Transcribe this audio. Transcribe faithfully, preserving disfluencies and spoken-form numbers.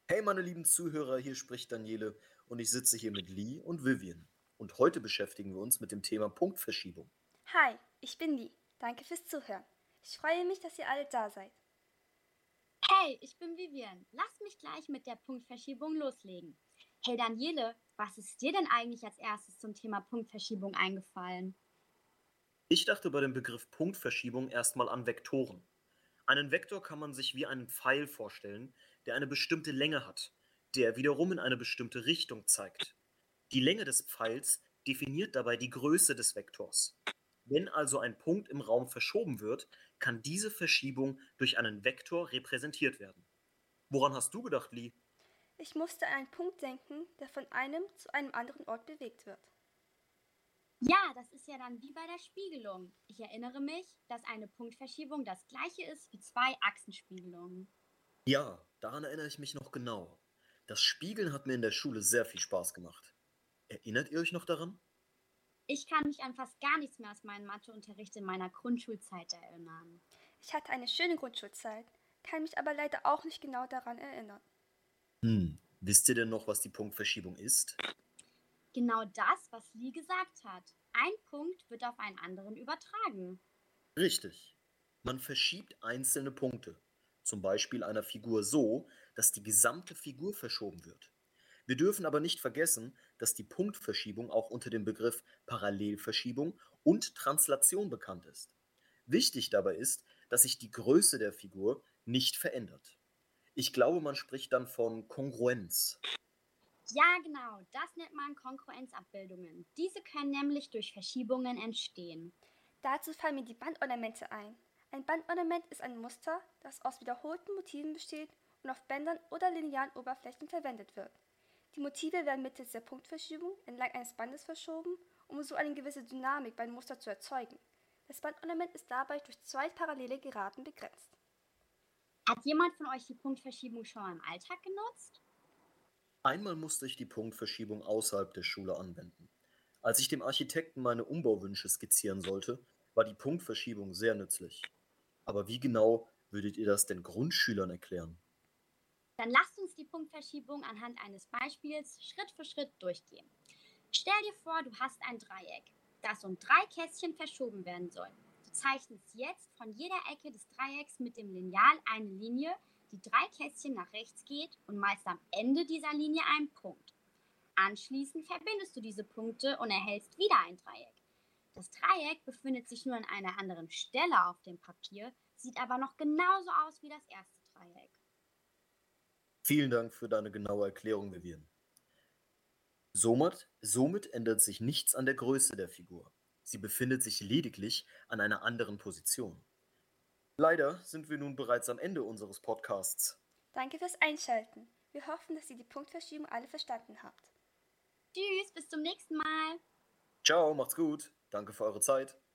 Hey meine lieben Zuhörer, hier spricht Daniele und ich sitze hier mit Lee und Vivian. Und heute beschäftigen wir uns mit dem Thema Punktverschiebung. Hi, ich bin Lee. Danke fürs Zuhören. Ich freue mich, dass ihr alle da seid. Hey, ich bin Vivian. Lass mich gleich mit der Punktverschiebung loslegen. Hey Daniele, was ist dir denn eigentlich als erstes zum Thema Punktverschiebung eingefallen? Ich dachte bei dem Begriff Punktverschiebung erstmal an Vektoren. Einen Vektor kann man sich wie einen Pfeil vorstellen, der eine bestimmte Länge hat, der wiederum in eine bestimmte Richtung zeigt. Die Länge des Pfeils definiert dabei die Größe des Vektors. Wenn also ein Punkt im Raum verschoben wird, kann diese Verschiebung durch einen Vektor repräsentiert werden. Woran hast du gedacht, Lee? Ich musste an einen Punkt denken, der von einem zu einem anderen Ort bewegt wird. Ja, das ist ja dann wie bei der Spiegelung. Ich erinnere mich, dass eine Punktverschiebung das gleiche ist wie zwei Achsenspiegelungen. Ja, daran erinnere ich mich noch genau. Das Spiegeln hat mir in der Schule sehr viel Spaß gemacht. Erinnert ihr euch noch daran? Ich kann mich an fast gar nichts mehr aus meinem Matheunterricht in meiner Grundschulzeit erinnern. Ich hatte eine schöne Grundschulzeit, kann mich aber leider auch nicht genau daran erinnern. Hm, wisst ihr denn noch, was die Punktverschiebung ist? Genau das, was Lee gesagt hat. Ein Punkt wird auf einen anderen übertragen. Richtig. Man verschiebt einzelne Punkte, zum Beispiel einer Figur so, dass die gesamte Figur verschoben wird. Wir dürfen aber nicht vergessen, dass die Punktverschiebung auch unter dem Begriff Parallelverschiebung und Translation bekannt ist. Wichtig dabei ist, dass sich die Größe der Figur nicht verändert. Ich glaube, man spricht dann von Kongruenz. Ja, genau, das nennt man Kongruenzabbildungen. Diese können nämlich durch Verschiebungen entstehen. Dazu fallen mir die Bandornamente ein. Ein Bandornament ist ein Muster, das aus wiederholten Motiven besteht und auf Bändern oder linearen Oberflächen verwendet wird. Die Motive werden mittels der Punktverschiebung entlang eines Bandes verschoben, um so eine gewisse Dynamik beim Muster zu erzeugen. Das Bandornament ist dabei durch zwei parallele Geraden begrenzt. Hat jemand von euch die Punktverschiebung schon mal im Alltag genutzt? Einmal musste ich die Punktverschiebung außerhalb der Schule anwenden. Als ich dem Architekten meine Umbauwünsche skizzieren sollte, war die Punktverschiebung sehr nützlich. Aber wie genau würdet ihr das den Grundschülern erklären? Dann lasst uns die Punktverschiebung anhand eines Beispiels Schritt für Schritt durchgehen. Stell dir vor, du hast ein Dreieck, das um drei Kästchen verschoben werden soll. Du zeichnest jetzt von jeder Ecke des Dreiecks mit dem Lineal eine Linie, die drei Kästchen nach rechts geht und malst am Ende dieser Linie einen Punkt. Anschließend verbindest du diese Punkte und erhältst wieder ein Dreieck. Das Dreieck befindet sich nur an einer anderen Stelle auf dem Papier, sieht aber noch genauso aus wie das erste Dreieck. Vielen Dank für deine genaue Erklärung, Vivian. Somit, somit ändert sich nichts an der Größe der Figur. Sie befindet sich lediglich an einer anderen Position. Leider sind wir nun bereits am Ende unseres Podcasts. Danke fürs Einschalten. Wir hoffen, dass ihr die Punktverschiebung alle verstanden habt. Tschüss, bis zum nächsten Mal. Ciao, macht's gut. Danke für eure Zeit.